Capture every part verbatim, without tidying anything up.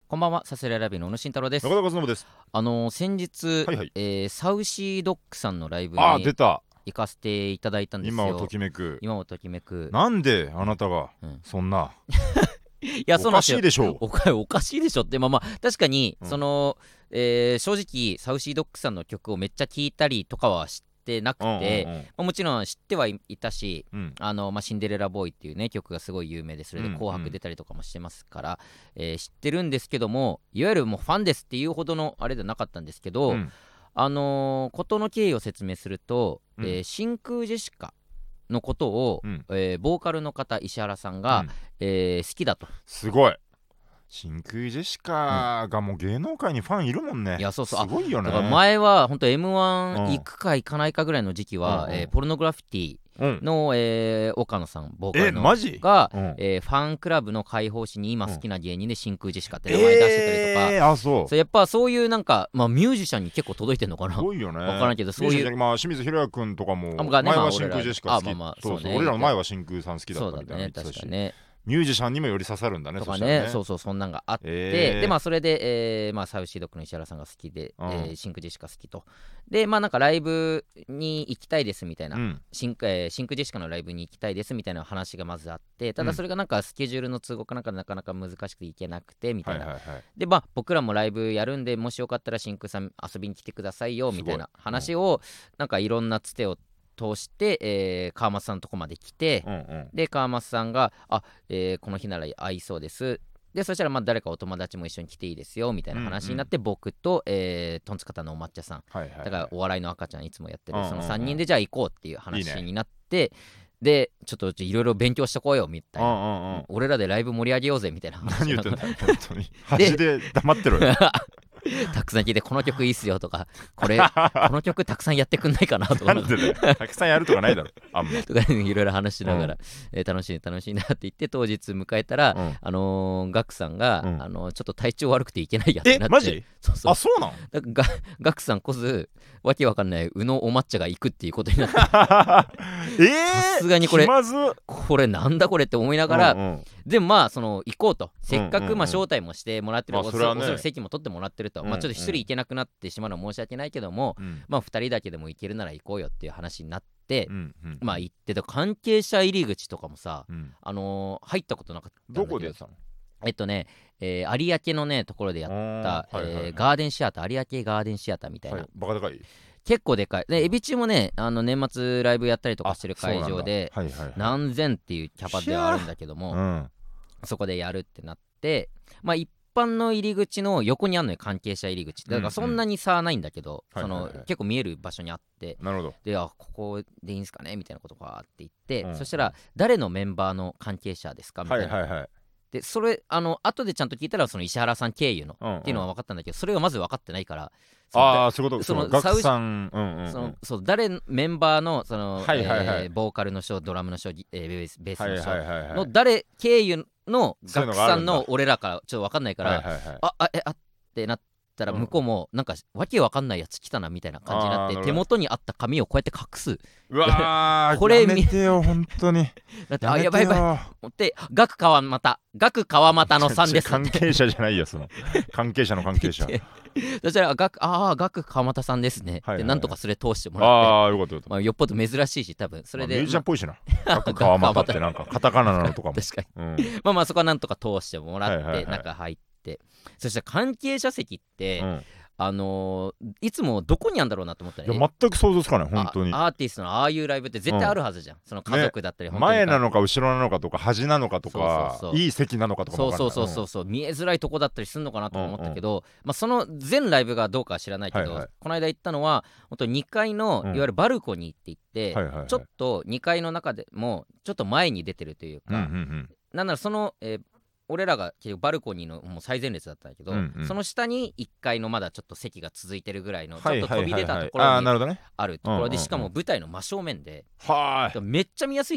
こんばんは、サスレラビの小野慎太郎です。 中田和信です。 あのー先日、 はいはい。 えーサウシードッグさんのライブああ、 に出た。 行かせていただいたんですよ。 今をときめく。 今をときめく。 なんであなたがうん、 そんな、 いや、 おかそうなんですよ。 しいでしょおかおかしいでしょって、まあまあ確かに、 う。うん、 その、えー正直サウシードッグさんの曲をめっちゃ聴いたりとかは知ってなくうんうんて、 うんまあ、もちろん知ってはいいたし、 うんあのまあ、シンデレラボーイっていうね曲がすごい有名で、それでうん紅白出たりとかもしてますから、えー知ってるんですけども、いわゆるもうファンですっていうほどのあれではなかったんですけど、 うんあのー事の経緯を説明すると、 うんえー真空ジェシカのことを、 うんえーボーカルの方石原さんが、 うんえー好きだと。 すごい。真空ジェシうん、 カがもう芸能界にファンいるもんね。 いやそうそう、あすごいよだからね。 前は本当 エムワンうん行くか行かないかぐらいの時期は、 うんうんえーポルノグラフィティうんの、えー岡野さんボーカえルのマジが、 うんえーファンクラブの開放誌に今うん好きな芸人で真空ジェシカって名前出してたりとか、 えー、あそそうやっぱそういうなんか、まあ、ミュージシャンに結構届いてんのかな。 うすごいよね。 分からんけど、そういうミュージシャンまあ清水宏也君とかもあがね、まあ、 前は真俺ら空ジェシカ好き。 あまあまあそうそうそうね、 俺らの前は真空さん好きだそうだったみたいなね、 の言ってたし、 確かね。 ミュージシャンにもより刺さるんだね。 とかね、 そしたらね。 そうそう、そんなんがあって、 えーで、まあ、それで、えーまあ、サウシードッグの石原さんが好きで、 うんえー真空ジェシカ好きと。で、まあ、なんかライブに行きたいですみたいな、 うん真えー真空ジェシカのライブに行きたいですみたいな話がまずあって、ただそれがなんかスケジュールの都合かなんかでなかなか難しくて行けなくてみたいな。 はいはいはい。 で、まあ、僕らもライブやるんで、もしよかったら真空さん遊びに来てくださいよみたいな話を、なんかいろんなつてを通して、えー、川松さんのとこまで来て、 うんうんで川松さんがあ、えーこの日なら合いそうです。でそしたらまあ誰かお友達も一緒に来ていいですよみたいな話になって、僕と、えートンツカタンのお抹茶さん、 はいはいはい、 だからお笑いの赤ちゃんいつもやってるうんうんうんそのさんにんでじゃあ行こうっていう話いいねになって、でちょっといろいろ勉強しとこうよみたいな、 うんうんうん俺らでライブ盛り上げようぜみたいな話何言ってんだよ本当に恥で黙ってろよたくさん聞いてこの曲いいっすよとか、これこの曲たくさんやってくんないかなとかなんでだよたくさんやるとかないだろあんまとかいろいろ話しながら、 うえー楽しい楽しいなって言って当日迎えたら、 うんあのーガクさんが、 うんあのーちょっと体調悪くていけないやってなって、 えマジそうそうあそうなんだからガガクさんこそわけわかんない宇野お抹茶が行くっていうことになってえー、 さすがにこれ気まずこれなんだこれって思いながら、 うんうんでもまあその行こうと、せっかうんうんうんくまあ招待もしてもらってる、おそまあそれはねおそらく席も取ってもらってると、 うんまあちょっと一人行けなくなってしまうのは申し訳ないけども、 うんまあふたりだけでも行けるなら行こうよっていう話になって、 うんうんまあ行ってた関係者入り口とかもさ、 うんあのー入ったことなかったんだけど、 どこでやってたのえっとね、えー有明のねところでやった、 あーはいはいはいえーガーデンシアター、有明ガーデンシアターみたいな、 はいバカでかい結構でかいで、エビ中もねあの年末ライブやったりとかしてる会場で、 そうなんだはいはいはい何千っていうキャパではあるんだけども、 うんそこでやるってなって、まあ一般の入り口の横にあるのよ、関係者入り口って。だからそんなに差はないんだけど、 うんうんそのはいはいはい結構見える場所にあって、 なるほどで、あ、ここでいいんすかねみたいなことがあって言って、 うんそしたら、誰のメンバーの関係者ですかみたな。 はいいはいはいで、それ、あの、後でちゃんと聞いたら、その石原さん経由の、 うんうんっていうのは分かったんだけど、それがまず分かってないから、そのああそういうことそのそのガサウジクさんうんうんうんそのそう誰メンバーのその、 はいはいはいえーボーカルの人、ドラムの人、えーベースベースはいの人はいはいはいの誰経由のそういうガクさんのがあるんだの俺らからちょっと分かんないから、 はいはいはいああえあってなったらうん向こうもなんかわけわかんないやつ来たなみたいな感じになって、 あーなるほど手元にあった紙をこうやって隠す。 うわーこれやめてよ本当にだってやめてよあやばいやばい思ってガク川又ガク川又のさんです関係者じゃないよその関係者の関係者そしたらガクああガク川又さんですね、 はいはいはいでなんとかそれ通してもらって、 ああよかったよかったまあ、よっぽど珍しいし多分それで、 まあミュージシャンっぽいしなまあ各川又ってなんかカタカナなのとかも確かにうんまあまあそこはなんとか通してもらって、 はいはいはい中入ってそしたら関係者席って、 うんあのーいつもどこにあるんだろうなと思ったら、 いや全く想像つかない本当にあアーティストのああいうライブって絶対あるはずじゃん、その家族だったり、本当に前なのか後ろなのかとか端なのかとかそうそうそういい席なのかとかもそう分かんないそうそうそうそう、見えづらいとこだったりするのかなとか思ったけど、まあ、その全ライブがどうかは知らないけど、 はいはいこの間行ったのは本当にかいのうんいわゆるバルコニーって言って、 はいはいはいちょっとにかいの中でもちょっと前に出てるというか、 うんうんうんなんならその、えー俺らが結局バルコニーのもう最前列だったんだけど、 うんうんその下にいっかいのまだちょっと席が続いてるぐらいのちょっはいはいと飛び出たとこはいはいあろにあなるほどねあるところで、 うんうんうんしかも舞台の真正面で、 はーいめっちゃ見やすい位置なんよ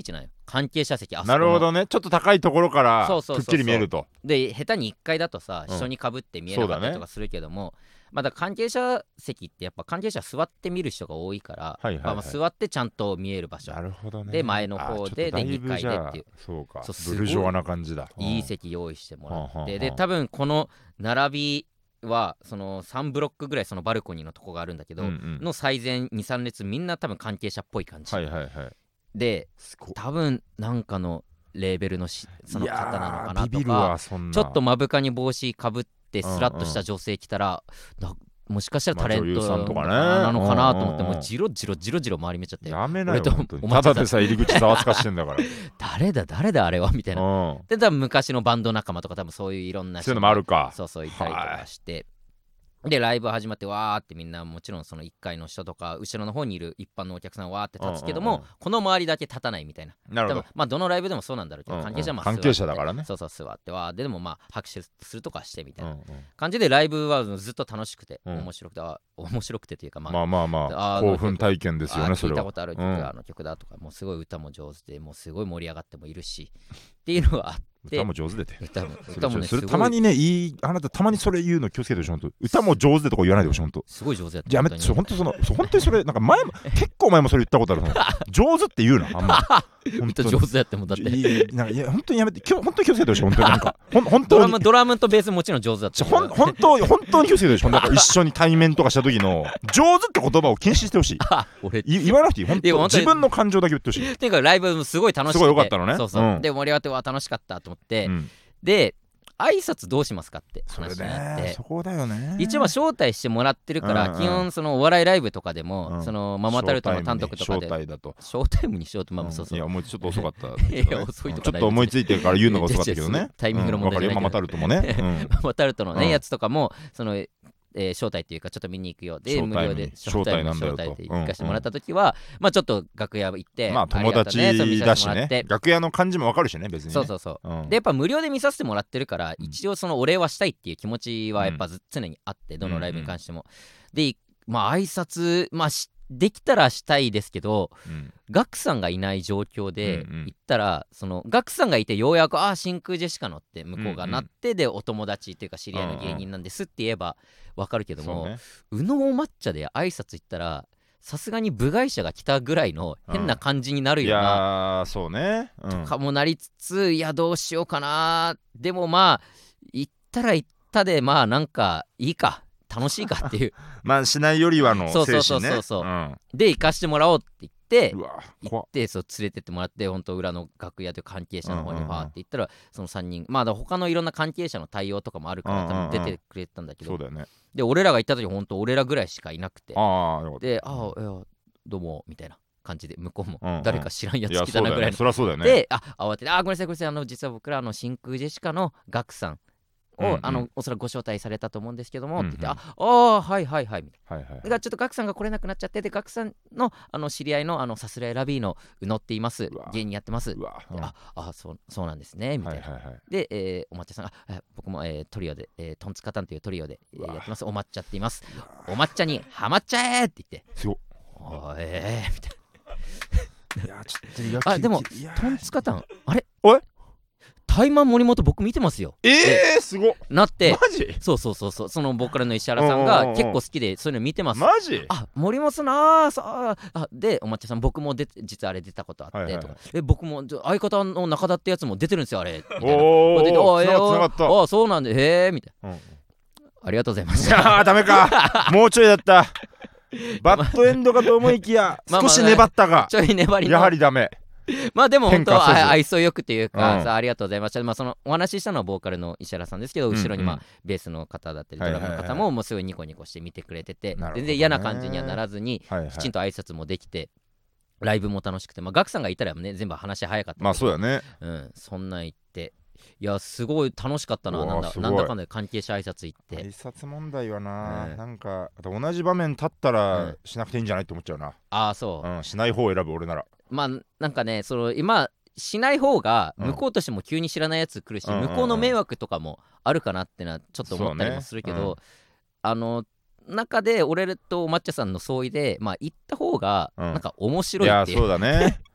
関係者席、あそこのなるほどね、ちょっと高いところからそうそうそうそうくっきり見えると。 で下手にいっかいだとさ、 うん人にかぶって見えなかったりとかするけども、まあだから関係者席ってやっぱ関係者座って見る人が多いから、 はいはいはいまあまあ座ってちゃんと見える場所なるほどね。 で前の方であーちょっとだいぶでにかいでっていうじゃあそうかそうすごいブルジョワな感じだ。 いいうん席用意してもらって、 はあはあはあで多分この並びはそのさんブロックぐらいそのバルコニーのとこがあるんだけど、 うんうんの最前にさん列みんな多分関係者っぽい感じ、 はいはいはい。 ですごい多分なんかのレーベルのしその方なのかいやーなとビビるわか、 そんな。 ちょっと目深に帽子かぶってスラッとした女性来たら、なもしかしたらタレントまあ女優さんとかねなのかなと思って、 うんうんうんもうジロジロジロジロ周り見ちゃって、 やめな俺とよ本当に。 お前ただでさ入り口ざわつかしてんだから。 誰だ誰だあれはみたいな。 うんで多分昔のバンド仲間とか多分そういういろんな人そういうのもあるか。 そうそういたりとかして、でライブ始まってわーってみんなもちろんそのいっかいの人とか後ろの方にいる一般のお客さんわーって立つけども、 うんうんうんこの周りだけ立たないみたいな。 なるほど多分。まあどのライブでもそうなんだろうけど、 うんうん関係者はまあ関係者だからねそうそう座ってわーででもまあ拍手するとかしてみたいなうんうん感じでライブはずっと楽しくて、 うん面白くてあ面白くてというかまあ、 まあまあまああの興奮体験ですよあねそれは。 聞いたことある曲うんがあの曲だとか、もうすごい歌も上手でもうすごい盛り上がってもいるしっていうのがあって歌も上手でて。 歌もそれ歌もねすごいそれたまにねいいあなたたまにそれ言うの気をつけてほしい本当。歌も上手でとか言わないでほしい本当。 すごい上手やったやめてそ本当そのそう本当にそれなんか前も結構前もそれ言ったことあるの。上手って言うなあんま。本当に歌上手やってもんだっていやいやなんかいや本当にやめて今日本当に気をつけてほしい本当になんかほん本ド当にラムドラムとベースもちろん上手だったほん本当本当に気をつけてほしいなんか一緒に対面とかした時の上手って言葉を禁止してほしい。 あ俺い言わなくていい本当いや本当に自分の感情だけ言ってほしい。 っていうかライブもすごい楽しくてすごい良かったのねそうそう、 うんで盛り上がってわ楽しかったと思って、 うんで挨拶どうしますかってそれ話になってねそこだよね。 一応まあ招待してもらってるから、 うんうん基本そのお笑いライブとかでも、 うんそのママタルトの単独とかで招待だと。 ショータイムにしようとまあそうそう、 いやもうちょっと遅かったいや遅いとかないちょっと思いついてから言うのが遅かったけどね。 タイミングの問題じゃないけどうんわかるよママタルトもね。うんママタルトのね、 うんやつとかもその、えー招待っていうかちょっと見に行くよで招待無料で招待なんだよと招待で行かしてもらった時は、まあちょっと楽屋行ってまあ友達ありがとうねそう見さだしねせてもらって。 楽屋の感じもわかるしね別にね。 そうそうそう、 うんでやっぱ無料で見させてもらってるから、 うん一応そのお礼はしたいっていう気持ちはやっぱず、常にあってどのライブに関しても、でまあ挨拶まあしできたらしたいですけどうんガクさんがいない状況でうんうん行ったら、そのガクさんがいてようやく「ああ真空ジェシカの」って向こうがなって、でお友達っていうか知り合いの芸人なんですって言えばわかるけども、 そうね宇野抹茶で挨拶行ったらさすがに部外者が来たぐらいの変な感じになるいような、 やーそうね。うんかもなりつつ、いやどうしようかな、でもまあ行ったら行ったでまあなんかいいか楽しいかっていうまあしないよりはのそうそう精神ね。 そうそうそううんで行かしてもらおうって言ってうわ行怖っってそう連れてってもらって本当裏の楽屋という関係者の方にうんうんうんファーって行ったらそのさんにんまあだから他のいろんな関係者の対応とかもあるからうんうんうん多分出てくれてたんだけど、 そうだよね。 で俺らが行った時本当俺らぐらいしかいなくてああよかった。 でああいやどうもみたいな感じで向こうもうんうん誰か知らんやついや来たなぐらいのそりゃそうだよね。 で、あ、慌てて、あ、ごめんなさい、ごめんなさい、あの、実は僕ら、あの、真空ジェシカのガクさんを、 うんうんあの、おそらくご招待されたと思うんですけども、 うんうんって言って、あ、あーはいはいはい、みたいはいはいな。だからちょっとガクさんが来れなくなっちゃって、で、ガクさんの、あの、知り合いの、あの、さすらいラビーの宇野って言いますうわ、 芸人やってます。 うわであ、あ、そう、そうなんですね、みたいな。 はいはいはい。 で、えーお抹茶さんが、あ僕も、えートリオで、えートンツカタンというトリオで、えーうわやってます。お抹茶って言います。お抹茶にハマっちゃえって言って、 すごっ。 おーえー、みたいいやちょっといやあでもいやな。トンツカタン、あれおいタイマン森本僕見てますよ。 えーすごっ。 なって、 マジそうそうそうそう、そのボーカルの石原さんうんうんうんが結構好きでそういうの見てます。 マジあ、森本さんなあ、そうああで、お抹茶さん、僕も出て実はあれ出たことあって、 はいはいはいとか、え、僕もじゃ相方の中田ってやつも出てるんですよ、あれ。みたいな。 おでおつなあえーがったつながっあ、そうなんで、へえ、みたいた。うんな。ありがとうございました。 あーダメかもうちょいだったバッドエンドかと思いきやまあまあ少し粘ったがちょい粘りの。 やはりダメ。 まあでも本当変化せずは愛想よくというか、 うんさあありがとうございました。まあそのお話ししたのはボーカルの石原さんですけど、後ろにまあ、 うんうんベースの方だったりドはいはいはいラムの方ももうすごいニコニコして見てくれてて、 なるほどね全然嫌な感じにはならずに、 はいはいきちんと挨拶もできて、ライブも楽しくて、まあガクさんがいたらね全部話早かった。 まあそうだね。 うん、そんなん言って、いやすごい楽しかったな、 うわなんだすごいなんだかんだで関係者挨拶行って挨。拶問題はな、 うんなんかあと同じ場面立ったうらんしなくていいんじゃないって思っちゃうな。 ああそう。 うん、しない方を選ぶ俺なら。 まあなんかねその今しない方がうん向こうとしても急に知らないやつ来るし、 うんうんうん向こうの迷惑とかもあるかなってのはちょっと思ったりもするけど、 そうねうんあの中で俺とお抹茶さんの相違でまあ行った方がうんなんか面白いやいっていう、 そうだね。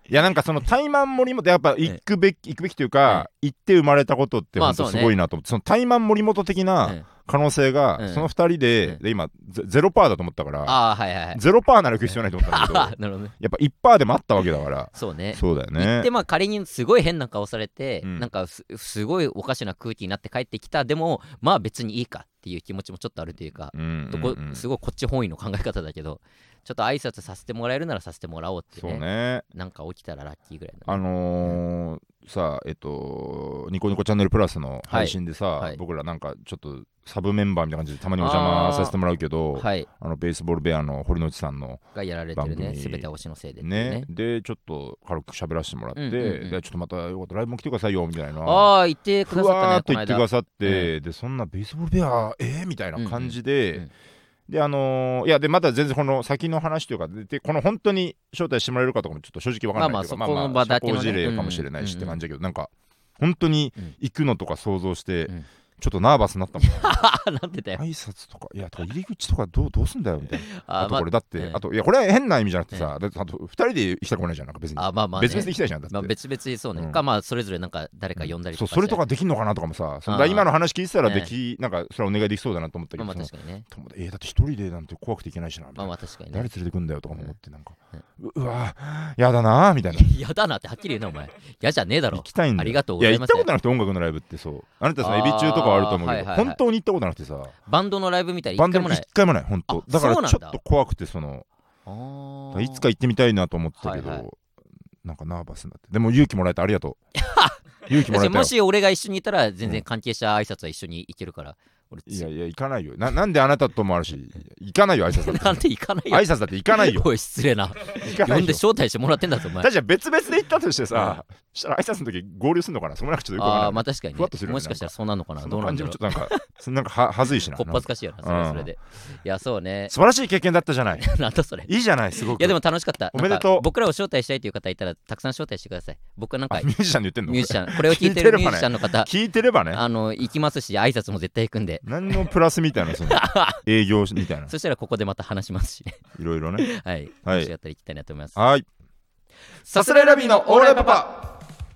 いやなんかそのタイマン森本やっぱ行くべき行くべきというか、行って生まれたことって本当すごいなと思って、そのタイマン森本的な可能性がそのふたりでで今ゼロパーだと思ったから、 あはいはいはい、 ゼロパーなら行く必要ないと思ったんだけどなるほど、ね、やっぱいちパーでもあったわけだから、 そうね、 そうだよね。 行ってまあ仮にすごい変な顔されて、 うん、なんか す, すごいおかしな空気になって帰ってきた、でもまあ別にいいかっていう気持ちもちょっとあるというか、うんうんうん、すごいこっち本位の考え方だけど、ちょっと挨拶させてもらえるならさせてもらおうってね。 そうね。 なんか起きたらラッキーぐらいの、ね、 あのーうん、さあえっとニコニコチャンネルプラスの配信でさ、はいはい、僕らなんかちょっとサブメンバーみたいな感じでたまにお邪魔させてもらうけど、あ、はい、あのベースボールベアの堀之内さんのがやられてるね、すべて推しのせいでね、 ね、でちょっと軽く喋らせてもらって、うんうんうん、でちょっとまたよかったらライブも来てくださいよみたいな、 ああ言ってくださったね、 ふわーっと言ってくださって、うん、でそんなベースボールベアえーみたいな感じで、うんうんうん、であのー、いやでまだ全然この先の話というかでこの本当に招待してもらえるかとかもちょっと正直わかんないけど、まあまあそこの場だけのね、社交辞令かもしれないしって感じだけど、うんうん、なんか本当に行くのとか想像して、うん、ちょっとナーバスになったもんなんでだよ、 挨拶とかいやとか入り口とかどうどうすんだよみたいなあ, あとこれだって、まあ、あといやこれは変な意味じゃなくてさ、うん、だってあとふたりで行きたくないじゃん、なんか別にあ、まあまあね、別々で行きたいじゃんだって、まあ、 別々にそうね、うん、かまあそれぞれなんか誰か呼んだりとか、 そうそれとかできんのかなとかもさ、その今の話聞いてたらでき、ね、なんかそれはお願いできそうだなと思ったけど、まあまあ確かにね、えー、だって一人でなんて怖くていけないしなみたいな、まあまあ確かにね、誰連れてくんだよとかも思ってなんか、うん、う, うわやだなみたいなやだなってはっきり言うなお前、やじゃねえだろ、 行きたいんだ、 ありがとうございます。 いや行ったことなくて音楽のライブってそうあなたそのエビ中とかはあると思うけど、はいはいはい、本当に行ったことなくてさ、 バンドのライブみたいに一回もない、一回もない本当だからちょっと怖くて、そのあいつか行ってみたいなと思ったけど、はいはい、なんかナーバスになって、でも勇気もらえてありがとう勇気もらえたよ。 もし俺が一緒にいたら全然関係者挨拶は一緒に行けるから、うん、 いやいや行かないよ な, なんであなたともあるし行かないよ挨拶だってなんで行かないよ挨拶だって行かないよおい失礼な呼んで招待してもらってんだぞお前。 確かに別々で行ったとしてさ、うん、したら挨拶の時合流すんのかな、そこなんかちょっとよくわかんない。 あまあ確かに、ね、 ふわっとするよね、 もしかしたらそうなのかな、 そどうなんだろう、 ちょっとなんかなんか は, はずいしなこっぱずかしいよなそれはそれで、うん、いやそうね、 素晴らしい経験だったじゃないなんだそれ、 いいじゃない、すごく。 いやでも楽しかった、 おめでとう。 僕らを招待したいという方いたらたくさん招待してください。僕はなんかミュージシャンで言ってんの、 ミュージシャン、これを聞いてるミュージシャンの方聞いてればね、 あの行きますし挨拶も絶対行くんで、 何のプラスみたいなその営業みたいなそしたらここでまた話しますしねいろいろねはい、はい、もしやったら行きたいなと思います。 はい、さすらいラビーのオーライパパ。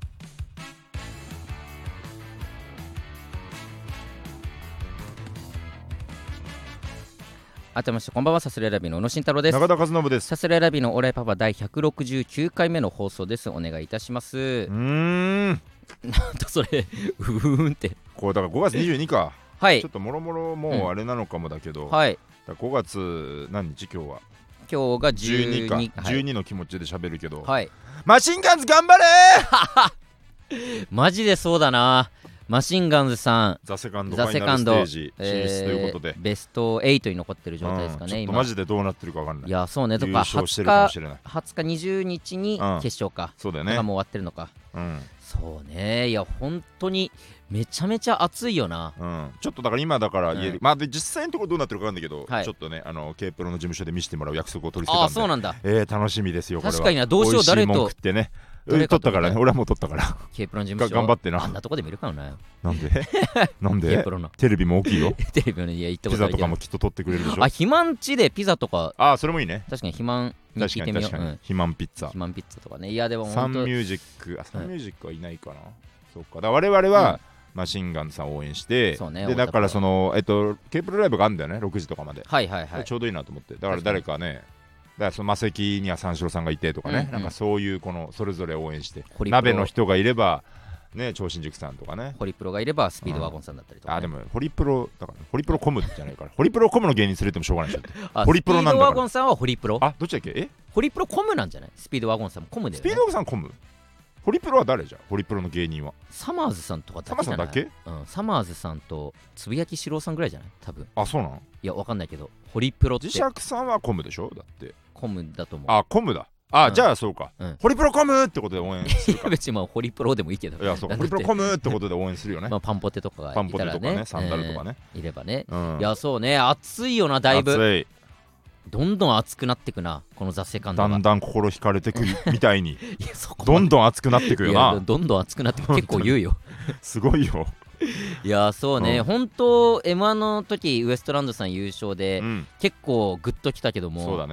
改めましてこんばんは、さすらいラビの宇野慎太郎です。 中田和信です。 さすらいラビのオーライパパだいひゃくろくじゅうきゅうかいめの放送です。お願いいたします。うーんなんとそれうーんってこれだからごがつにじゅうににちかはい、 ちょっともろもろもうあれなのかもだけど、うん、 はい、 ごがつ何日今日は今日がじゅうにか、 はい、 じゅうにの気持ちで喋るけど、 はい、 マシンガンズ頑張れーマジでそうだな。マシンガンズさんザセカンドファイナルステージ進出ということで、 えー、ベストはちに残ってる状態ですかね、うん、 ちょっとマジでどうなってるか分かんない。 いやそうね、とか優勝してるかもしれない。 はつかにじゅうにちに決勝か、 うん、そうだよね、 もう終わってるのか、 うん、 そうね。いや本当にめちゃめちゃ熱いよな、 うん、ちょっとだから今だから言える、うん、まあで実際のところどうなってるか分かんないけど、 はい、 ちょっとねあの K プロの事務所で見せてもらう約束を取り付けたんで、 あそうなんだ、 えー、楽しみですよこれは。 確かにな、どうしよう誰と美味しいもん食ってね、取ったからね、俺はもう取ったから K プロの事務所頑張ってな。 あんなとこで見るからな。 なんでなんで K プロのテレビも大きいよテレビのいや行ったことないけどピザとかもきっと取ってくれるでしょ。 あ肥満地でピザとか、 あそれもいいね。 確かに肥満に聞いてみよう。 確かに確かに、うん、肥満ピッツァ肥満ピッツァとかね。いやでもサンミュージック、あサンミュージックはいないかな、うん、そうか。だから我々は、うん、マシンガンズさん応援して、そうね、でだからそのえっと K プロライブがあるんだよねろくじとかまで、 はいはいはい、 ちょうどいいなと思って。だから誰かね、だからそのマセキには三四郎さんがいてとかね、うんうん、なんかそういうこのそれぞれ応援して、鍋の人がいればね、超新塾さんとかね、 ホリプロがいればスピードワゴンさんだったりとか、ね、 あでもホリプロだからホリプロコムじゃないからホリプロコムの芸人連れてもしょうがないでしょホリプロなんだから。スピードワゴンさんはホリプロ、 あどっちだっけ、えホリプロコムなんじゃない。スピードワゴンさんもコムだよね。 スピードワゴンさんコム、ホリプロは誰じゃ。ホリプロの芸人はサマーズさんとかだけじゃない。 サマーズさんだけ、 うん、サマーズさんとつぶやきしろうさんぐらいじゃない多分。 あそうなの。 いやわかんないけどホリプロって磁石さんはコムでしょ。だってコムだと思う。 あコムだ。あ、うん、じゃあそうか、うん、ホリプロコムってことで応援するか。 いや別にまあホリプロでもいいけど、 いやそうかホリプロコムってことで応援するよね。 まあパンポテとかがいたらね、 パンポテとかね、サンダルとかね、 えー、いればね、うん、いやそうね、熱いよなだいぶ。 熱い。 どんどん熱くなってくなこのザ・セカンドが。 だんだん心惹かれてくみたいにいやそこどんどん熱くなってくよな。 いやどんどん熱くなってく結構言うよすごいよ。 いやそうね、うん、本当 エムワン の時ウエストランドさん優勝で、うん、結構グッときたけども、 そうだね、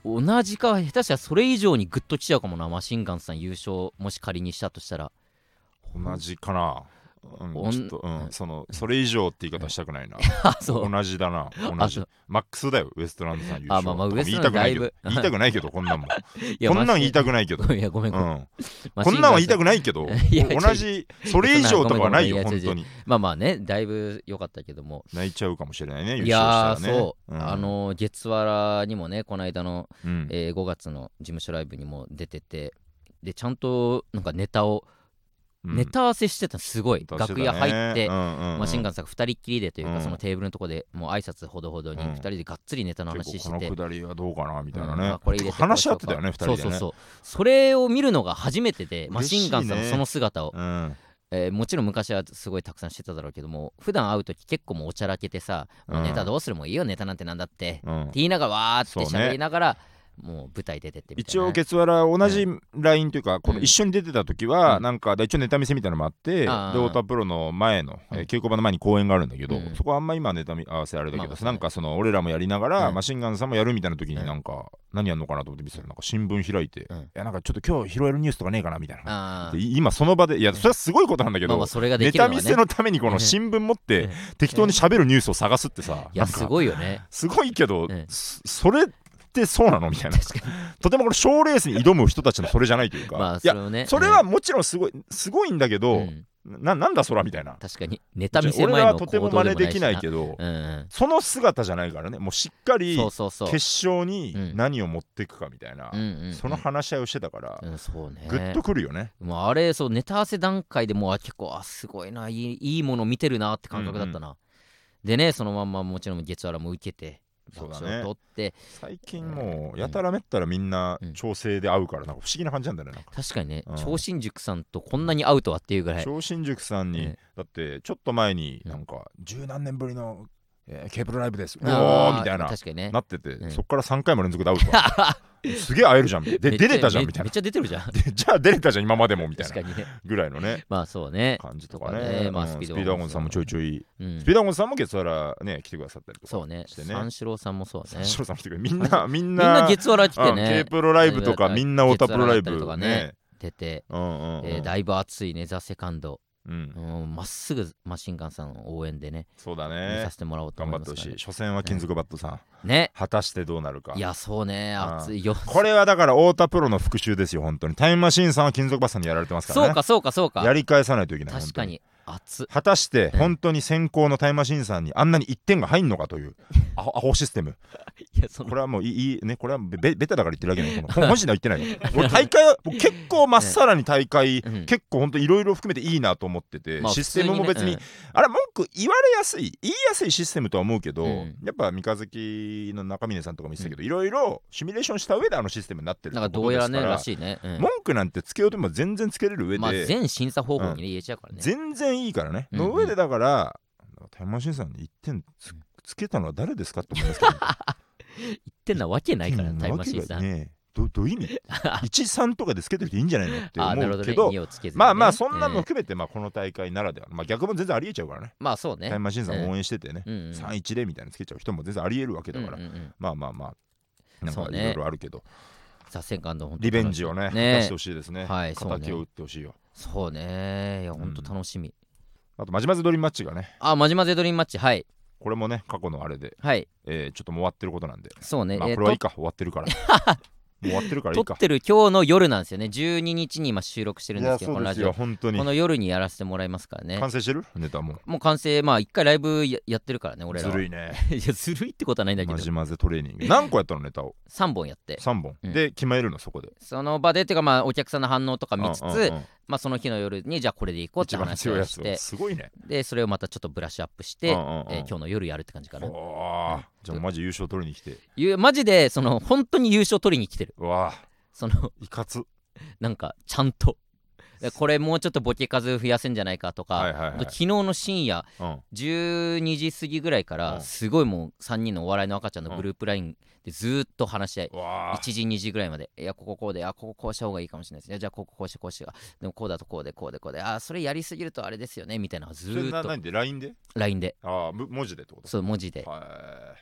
同じか下手したらそれ以上にグッときちゃうかもな。マシンガンさん優勝もし仮にしたとしたら同じかな。うん、ちょっと、うん、そのそれ以上って言い方したくないな。そう同じだな。同じマックスだよウエストランドさん優勝。あ、まあまあウエストランドだいぶ言いたくないけどこんなんもこんなん言いたくないけどいやごめんごめん、うん、こんなんは言いたくないけど同じそれ以上とかはないよ本当に。 まあまあねだいぶ良かったけども泣いちゃうかもしれないね優勝したらね。いやそう、 うん、あの月原にもねこの間の、うんえー、ごがつの事務所ライブにも出ててでちゃんとなんかネタをネタ合わせしてたすごい、うん、楽屋入って、うんうんうん、マシンガンさんがふたりっきりでというか、うん、そのテーブルのとこでもう挨拶ほどほどにふたりでがっつりネタの話してて、うん、 このくだりはどうかなみたいなね、うん、これ入れて話し合ってたよねふたりでね。そうそうそうそれを見るのが初めてで、ね、マシンガンさんのその姿を、うんえー、もちろん昔はすごいたくさんしてただろうけども普段会う時結構もうおちゃらけてさ、うん、もうネタどうするもいいよネタなんてなんだって、うん、って言いながらわーって喋りながらもう舞台出てってみたいな、ね、 一応月原同じラインというか、うん、この一緒に出てた時は、うん、なんか一応ネタ見せみたいなのもあって、うん、で太田プロの前の、うん、稽古場の前に公演があるんだけど、うん、そこはあんま今ネタ合わせあれだけど、まあ、なんかその俺らもやりながら、うん、マシンガンさんもやるみたいな時になんか、うん、何やんのかなと思って見せたらなんか新聞開いて、うん、いやなんかちょっと今日拾えるニュースとかねえかなみたいなで今その場でいやそれはすごいことなんだけど、まあまあそれができるのはね、ネタ見せのためにこの新聞持って適当に喋るニュースを探すってさ、 いやすごいよねすごいけど、それってそうなのみたいなとてもこれ賞レースに挑む人たちのそれじゃないというか、まあそれをね、いやそれはもちろんすごいすごいんだけど、うん、な, なんだそらみたいな。 確かにネタ見せ前の行動でもないしな。俺はとても真似できないけど、うんうん、その姿じゃないからねもうしっかり決勝に何を持っていくかみたいな、うん、その話し合いをしてたから、うんうん、そうね、グッとくるよね。 もうあれそうネタ合わせ段階でもうあ結構あすごいないい、いいもの見てるなって感覚だったな、うんうん、でねそのまんまもちろん月原も受けてそうだね、取って最近もうやたらめったらみんな調整で会うからなんか不思議な感じなんだよね。なんか確かにね、うん、超新塾さんとこんなに会うとはっていうぐらい超新塾さんに、ね、だってちょっと前になんか十何年ぶりの、えー、ケーブルライブですおーみたいな、ね、なってて、うん、そっからさんかいも連続で会うとかすげえ会えるじゃんで出れたじゃんみたいなめっちゃ出てるじゃんじゃあ出れたじゃん今までもみたいなぐらいのねまあそうね感じとかね、まあ、スピードワゴンさんもちょいちょい、うん、スピードワゴンさんも月原ね来てくださったりとかそうね三四郎さんもそうね三四郎さん来てくれみんなみんなみんな月原来てね K プロライブとかみんな太田プロライブとかね出てだいぶ熱いねザ・セカンドま、うん、っすぐマシンガンさんの応援でねそうだね見させてもらおうと思います、ね、 頑張ってほしい初戦は金属バットさん、 ね、 果たしてどうなるか。 いやそうね熱いよこれはだから太田プロの復習ですよ本当に。タイムマシーンさんは金属バットさんにやられてますからね。 そうかそうかそうかやり返さないといけない。 確かに熱果たして本当に先行のタイムマシーンさんにあんなにいってんが入んのかというアホ、アホシステムいやそのこれはもういいねこれはベベタだから言ってるだけなのマジで言ってないの俺大会は結構まっさらに大会、うん、結構本当いろいろ含めていいなと思ってて、まあ、システムも別に、ねうん、あれ文句言われやすい言いやすいシステムとは思うけど、うん、やっぱ三日月の中峰さんとかも言ってたけどいろいろシミュレーションした上であのシステムになってるってことですから、なんかどうやらねらしいね、うん、文句なんてつけようとも全然つけれる上で、まあ、 全審査方法に、ね、言えちゃうからね全然いいからね、うんうん、の上でだからタイムマシーンさんにいってん つ,、うん、つけたのは誰ですかって思いますけど、ね、 いってんなわけないからタイムマシーンさんねど, どういう意味いちさんとかでつけてる人いいんじゃないのって思うけど、ねね、まあまあそんなの含めてまあこの大会ならでは、まあ、逆も全然ありえちゃうからね。 まあそうねタイムマシーンさん応援しててね、うん、さんいちゼロみたいなのつけちゃう人も全然ありえるわけだから、うんうんうん、まあまあまあなんかいろいろあるけど、 さセカンドリベンジをね出してほしいですね、はい、敵を打ってほしいよ。 そうねいやほんと楽しみ、 うん、あとマジマゼドリームマッチがねあマジマゼドリームマッチはいこれもね過去のあれで、 はいえー、ちょっともう終わってることなんでそうねまあこれはいいか、えー、終わってるからもう終わってるからいいか。 撮ってる今日の夜なんですよね。じゅうににちに今収録してるんですけど、 このラジオ本当にこの夜にやらせてもらいますからね。 完成してるネタももう完成。まあ一回ライブ や, やってるからね俺らは。 ずるいねいやずるいってことはないんだけど、 マジマゼトレーニング何個やったのネタをさんぼんやってさんぼん、うん、で決めるのそこでその場でっていうかまあお客さんの反応とか見つつ、うんうんうん、まあその日の夜にじゃあこれでいこうって話をしてすごいね。 でそれをまたちょっとブラッシュアップして、うんうんうんえー、今日の夜やるって感じかな。 わ、うん、じゃあマジ優勝取りに来てマジでその本当に優勝取りに来てる。 わそのいかつなんかちゃんとこれもうちょっとボケ数増やせんじゃないかとか、はいはいはい、昨日の深夜、うん、じゅうにじ過ぎぐらいからすごいもうさんにんのお笑いの赤ちゃんのグループラインでずっと話し合い、うん、いちじにじぐらいまでいやこここうであこここうした方がいいかもしれないですねじゃあこここうしてこうしてでもこうだとこうでこうでこうであそれやりすぎるとあれですよねみたいなずーっとそれ何で ライン でライン であ文字でってことそう文字で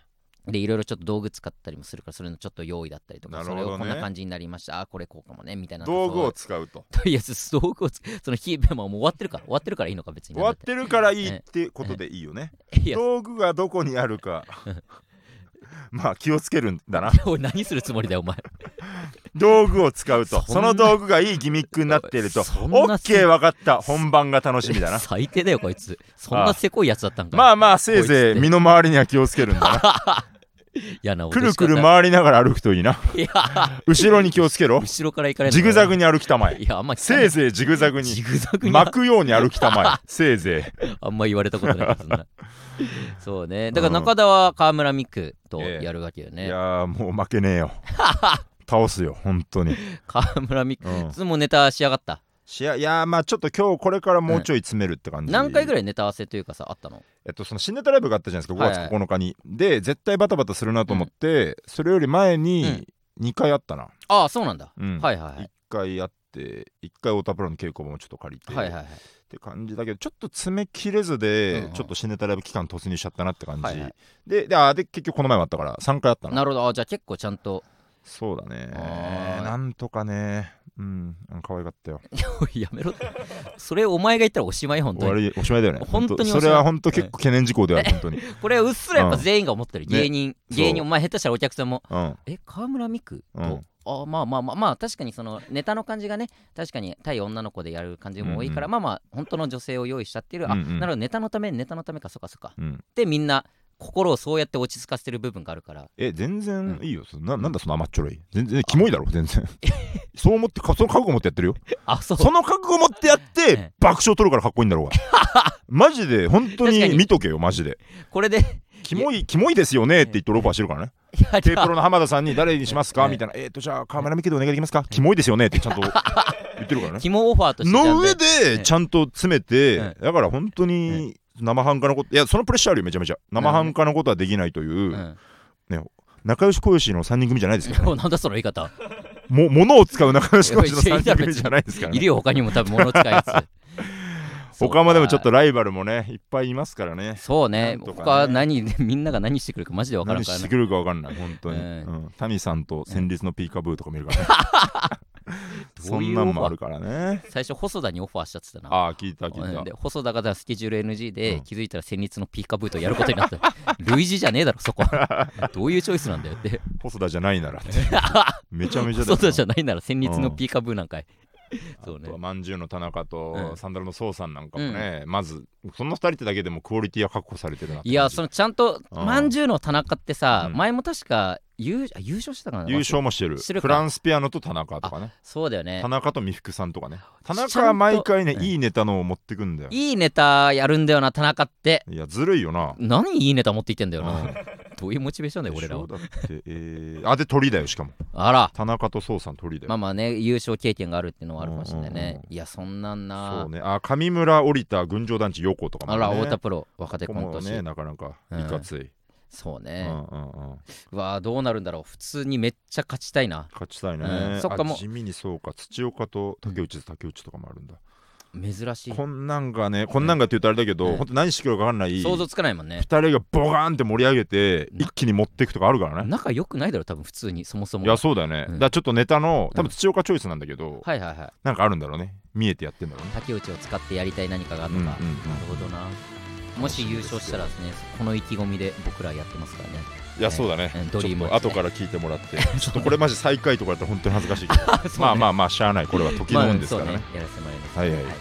でいろいろちょっと道具使ったりもするから、それのちょっと用意だったりとか、ね、それをこんな感じになりました、あこれこうかもねみたいな道具を使うといや道具を使うその日もう終わってるから終わってるからいいのか別に終わってるからいいってことでいいよね道具がどこにあるかまあ気をつけるんだなおい何するつもりだよお前道具を使うと そ, その道具がいいギミックになっているとオッケー分かった本番が楽しみだな最低だよこいつそんなせこいやつだったんかまあまあせいぜい身の回りには気をつけるんだなやなくるくる回りながら歩くといいな。いや後ろに気をつけろ。 後ろから行かれるジグザグに歩きたまえ。 いやあんませいぜいジグザグに巻くように歩きたまえ。せいぜいあんま言われたことないですねそうね、だから中田は河村美空とやるわけよね、 えー、いやーもう負けねえよ倒すよ本当に河村美空、うん、いつもネタ仕上がったしやいやまあちょっと今日これからもうちょい詰めるって感じ、 うん、何回ぐらいネタ合わせというかさあったの？ えっとその新ネタライブがあったじゃないですかごがつここのかに、はいはい、で絶対バタバタするなと思って、うん、それより前ににかいあったな、うん、 ああそうなんだ、 うん、 はいはいはい、 いっかいあっていっかい太田プロの稽古もちょっと借りて、 はいはいはい、 って感じだけどちょっと詰めきれずで、うんうん、ちょっと新ネタライブ期間突入しちゃったなって感じ、はいはい、でであで結局この前もあったからさんかいあったな。 なるほど、あじゃあ結構ちゃんとそうだねなんとかねうん可愛かったよやめろってそれお前が言ったらおしまい本当におしまいだよね本当にそれは本当結構懸念事項である本当にこれはうっすらやっぱ全員が思ってる、うん、芸人、ね、芸人お前下手したらお客さんも、 うん、 え河村美空と、 うん、 あまあまあまあまあ確かにそのネタの感じがね確かに対女の子でやる感じも多いから、うんうん、まあまあ本当の女性を用意しちゃってる、うんうん、あなるほどネタのためネタのためかそっかそっか、うん、でみんな心をそうやって落ち着かせてる部分があるからえ全然いいよ、うん、な, なんだその甘っちょろい全然キモいだろ全然そう思ってその覚悟持ってやってるよあそうその覚悟持ってやって爆笑取るからかっこいいんだろうがマジで本当に見とけよマジでこれでキモいキモいですよねって言ってローファーしてるからねK プロの浜田さんに誰にしますかみたいなえっとじゃあ河村美空でお願いできますかキモいですよねってちゃんと言ってるからねキモオファーとしての上でちゃんと詰めてだから本当に生半可なこといやそのプレッシャーあるよめちゃめちゃ生半可なことはできないという、うんね、仲良し小良しのさんにん組じゃないですから、ね、 なんだその言い方も物を使う仲良し小良しのさんにん組じゃないですから、ね、 いるよ他にも多分物を使うやつ他もでもちょっとライバルもねいっぱいいますからねそうね他は何みんなが何してくるかマジで分からんから、ね、 何してくるか分かんない本当に、うんうん、谷さんと戦慄のピーカブーとか見るからねそんなんもあるからね最初細田にオファーしちゃってたなああ聞いた聞いたで細田がスケジュール エヌジー で、うん、気づいたら戦慄のピーカブートやることになった類似じゃねえだろそこどういうチョイスなんだよって細田じゃないならってめちゃめちゃだ細田じゃないなら戦慄のピーカブーなんかい、 そうね、あとはまんじゅうの田中とサンダルのソウさんなんかもね、うん、まずそのふたりってだけでもクオリティは確保されてるなっていやそのちゃんとまんじゅうの田中ってさ、うん、前も確か優, 優勝したかな優勝もしてるフランスピアノと田中とかねそうだよね田中と美福さんとかね田中は毎回ねいいネタのを持ってくんだよいいネタやるんだよな田中っていやずるいよな何いいネタ持っていってんだよな、うん、どういうモチベーションだよ俺らはだって、えー、あで鳥だよしかもあら田中とソウさん鳥だよまあまあね優勝経験があるっていうのはあるかもしれないね、うんうんうん、いやそんなんなそうねあ上村降りた群青団地横とかもねあら太田プロ若手コント師ねなかなかいかつい、うんそうね、 うんうんうん、 うわどうなるんだろう普通にめっちゃ勝ちたいな勝ちたいね、 うん、そっかも地味にそうか土岡と竹内と竹内とかもあるんだ、 珍しいこんなんがねこんなんがって言うとあれだけど、うん、ほんと何してくるか分かんない想像つかないもんねふたりがボガーンって盛り上げて一気に持っていくとかあるからね仲良くないだろ多分普通にそもそもいやそうだよね、うん、だからちょっとネタの多分土岡チョイスなんだけど、うん、 はいはいはいなんかあるんだろうね見えてやってんだろうね竹内を使ってやりたい何かがあるのか、うんうんうん、なるほどなもし優勝したらですねこの意気込みで僕らやってますからねいやそうだね、 えー、ドリーム、 ね、後から聞いてもらってちょっとこれマジ最下位とかだったら本当に恥ずかしいけど、ね、まあまあまあしゃあないこれは時の運ですからね、まあね、 やらせてもらいます、 はいはい、はい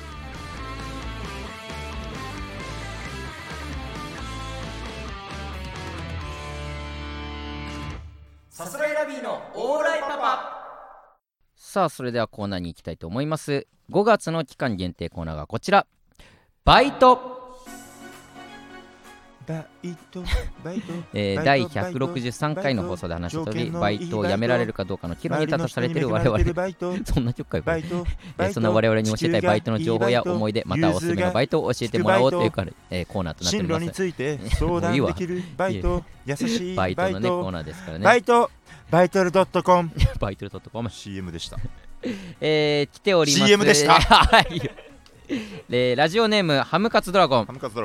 さすらいラビーのオーライパパさあそれではコーナーに行きたいと思いますごがつの期間限定コーナーがこちらバイトバイトバイトえー、だいひゃくろくじゅうさんかいの放送で話した通りバイトをやめられるかどうかの岐路に立たされている我々そんな曲かよ、えー、そんな我々に教えたいバイトの情報や思い出またおすすめのバイトを教えてもらおうというか、えー、コーナーとなっております進路について相談できるバイト優しいバイトのねコーナーですからねバイトバイトル .com バイトル .com シーエム でしたえー、来ておりますシーエム でしたはいえー、ラジオネームハムカツドラゴンハムカツドラゴン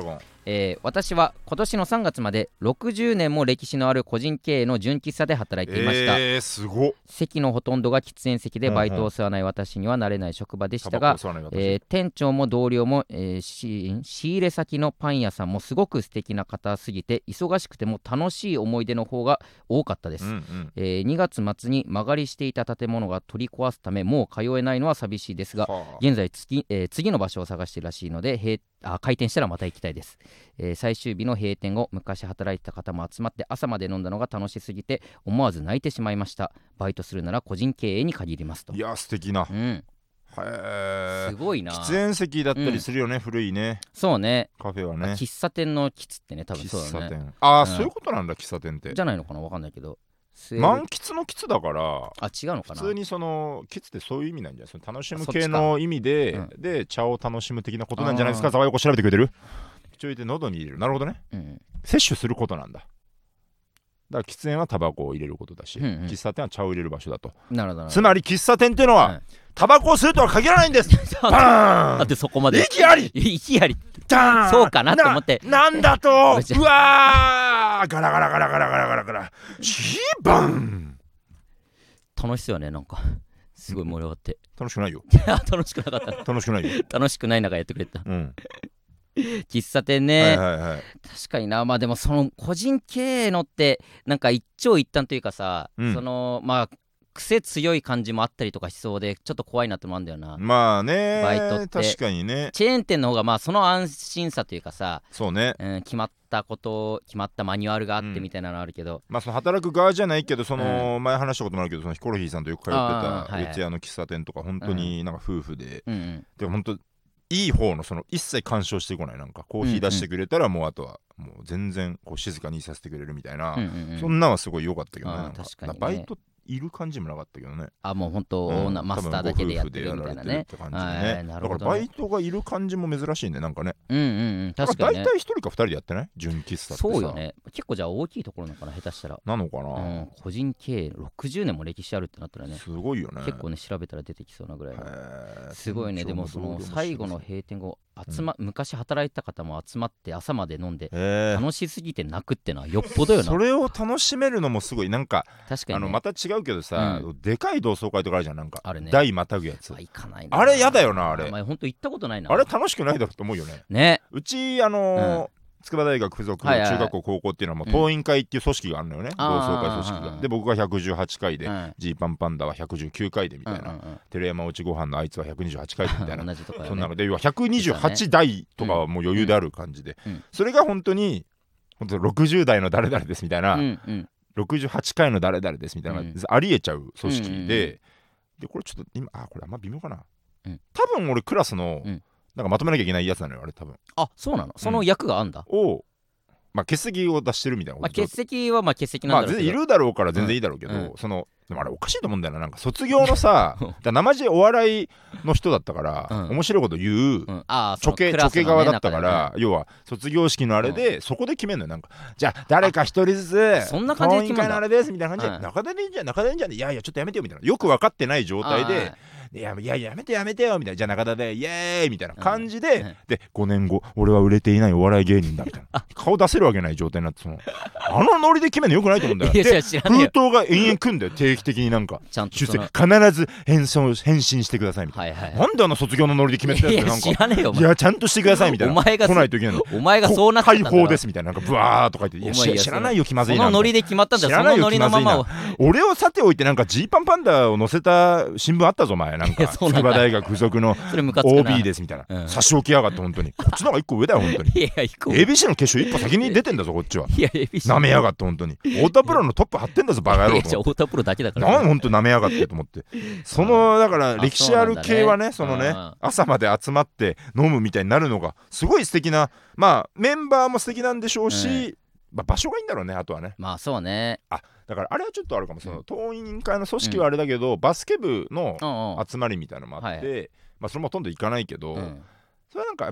えー、私は今年のさんがつまでろくじゅうねんも歴史のある個人経営の純喫茶で働いていました。 えー、すごっ。 席のほとんどが喫煙席でバイトを吸わない私にはなれない職場でしたが、うんうん、えー、店長も同僚も、えー、仕入れ先のパン屋さんもすごく素敵な方すぎて忙しくても楽しい思い出の方が多かったです、うんうん、えー、にがつ末に間借りしていた建物が取り壊すためもう通えないのは寂しいですが、はあ、現在 次,、えー、次の場所を探しているらしいので閉あ開店したらまた行きたいです、えー、最終日の閉店後昔働いてた方も集まって朝まで飲んだのが楽しすぎて思わず泣いてしまいました。バイトするなら個人経営に限りますと。 いや素敵な、 うん、 へすごいな。 喫煙席だったりするよね、うん、古いね。 そうね、 カフェはね。 喫茶店の喫ってね、多分そうだね。 喫茶店、ああ、うん、そういうことなんだ、喫茶店ってじゃないのかな、わかんないけど満喫の喫だから、 あ、違うのかな。 普通にその喫ってそういう意味なんじゃないですか。楽しむ系の意味で、うん、で茶を楽しむ的なことなんじゃないですか。ざわよこ調べてくれてる。ちょいで喉に入れる。なるほどね、うん、摂取することなんだ。だから喫煙はタバコを入れることだし、うんうん、喫茶店は茶を入れる場所だと。 なるほど。 つまり喫茶店っていうのは、うん、タバコを吸うとは限らないんです。バーン。 だってそこまで息あり息ありダーン。 そうかなと思って。 な、なんだとうわーガラガラガラガラガラガラガラシーバン。 楽しそうよね、なんかすごい盛り上がって。 楽しくないよ。 楽しくなかった。 楽しくないよ。 楽しくない中やってくれた、 うん、 喫茶店ね、 はいはいはい、 確かにな。まあでもその個人経営のってなんか一長一短というかさ、うん、そのまあ癖強い感じもあったりとかしそうでちょっと怖いなってもあるんだよな。 まあね、 バイトって確かにね。 チェーン店の方がまあその安心さというかさ、 そうね、 うん、決まったこと決まったマニュアルがあってみたいなのあるけど、うん、 まあその働く側じゃないけど、その、うん、前話したこともあるけど、そのヒコロヒーさんとよく通ってた四谷の喫茶店とか本当になんか夫婦で、うんうん、で本当いい方のその一切干渉してこない、なんかコーヒー出してくれたらもうあとはもう全然こう静かにさせてくれるみたいな、うんうんうん、そんなはすごい良かったけどね。なんか確かにね、バイトいる感じもなかったけどね。 あ、もう本当、うん、マスターだけでやってるみたいなね。 って感じでね。だからバイトがいる感じも珍しいね、なんかね。 うんうんうん、確かにね。 大体一人か二人でやってない？純喫茶ってさ。 そうよね。結構じゃあ大きいところなのかな、下手したら。 なのかな、 うん、個人経営ろくじゅうねんも歴史あるってなったらね、 すごいよね。 結構ね、調べたら出てきそうなぐらいの。すごいね。でもその最後の閉店後集ま、うん、昔働いた方も集まって朝まで飲んで楽しすぎて泣くってのはよっぽどよな。 それを楽しめるのもすごい。なんか確かに、ね、 あのまた違うけどさ、うん、でかい同窓会とかあるじゃん、なんかあるね、 台またぐやつ。 あ、行かないな。 あれやだよな。あれお前ほんと行ったことないな。 あれ楽しくないだろと思うよね。 ね、 うちあのーうん筑波大学附属の中学校高校っていうのはもう党員会っていう組織があるのよね、うん、同窓会組織が。で僕がひゃくじゅうはちかいで、ジー、うん、パンパンダはひゃくじゅうきゅうかいでみたいな、うんうんうん、寺山落ちご飯のあいつはひゃくにじゅうはちかいでみたいな、ね、そんなのでひゃくにじゅうはちだいとかはもう余裕である感じで、うんうん、それが本当に本当ろくじゅうだいの誰々ですみたいな、うんうん、ろくじゅうはちかいの誰々ですみたいな、うん、ありえちゃう組織で、うんうんうん、でこれちょっと今あこれあんま微妙かな、うん、多分俺クラスの、うん、なんかまとめなきゃいけないやつなのよ、あれ多分。 あ、そうなの、その役があんだ、 うん、をまあ、欠席を出してるみたいなこと、 まあ、欠席はまあ欠席なんだろうけど、 まあ、全然いるだろうから全然いいだろうけど、うん、そのでもあれおかしいと思うんだよな。なんか卒業のさだ生地お笑いの人だったから、うん、面白いこと言う、うん、あちょけ、ね、ちょけ側だったから、ね、要は卒業式のあれで、うん、そこで決めるのよ。なんかじゃあ誰か一人ずつそんな感じで決めるんだ。 のあれですみたいな感じで、うん、中田でいいんじゃん中田でいいんじゃん、いやいやちょっとやめてよみたいな、よく分かってない状態でいやいややめてやめてよみたいな、じゃあ中田でイエーイみたいな感じで、うん、でごねんご俺は売れていないお笑い芸人だみたいな顔出せるわけない状態になって、そのあのノリで決めるのよくないと思うんだよ。で封筒が延々組んで定期的になんかちゃんと出世必ず返信返信してくださいみたいな、はいはい、なんであの卒業のノリで決めたやつなんかいや知らねえよお前、 いやちゃんとしてくださいみたいな、 お前が来ないといけないの、 お前がそうなってたんだ解放ですみたいな、なんかブワーとか言って、いや知らないよ気まずいな、 そのノリで決まったんだよ、そのノリのままを俺をさておいてなんかジーパンパンダを載せた新聞あったぞお前、なんか筑波大学附属の オービー ですみたいな、うん、差し置きやがって本当にこっちの方がいっこ上だよ本当に。いやいっこ エービーシー の決勝一歩先に出てんだぞこっちは。いや エービーシー なめやがって本当に太田プロのトップ張ってんだぞバカ野郎と思って。いや太田プロだけだから、ね、なん本当なめやがってと思って。そのだから歴史ある系はね、そのね朝まで集まって飲むみたいになるのがすごい素敵な、まあメンバーも素敵なんでしょうし、うん、まあ、場所がいいんだろうね、あとはね。 まあそうね。あだからあれはちょっとあるかも、その党員委員会の組織はあれだけど、うん、バスケ部の集まりみたいなのもあって、うんうん、まあそれもほとんど行かないけど、うん、それはなんかやっぱ一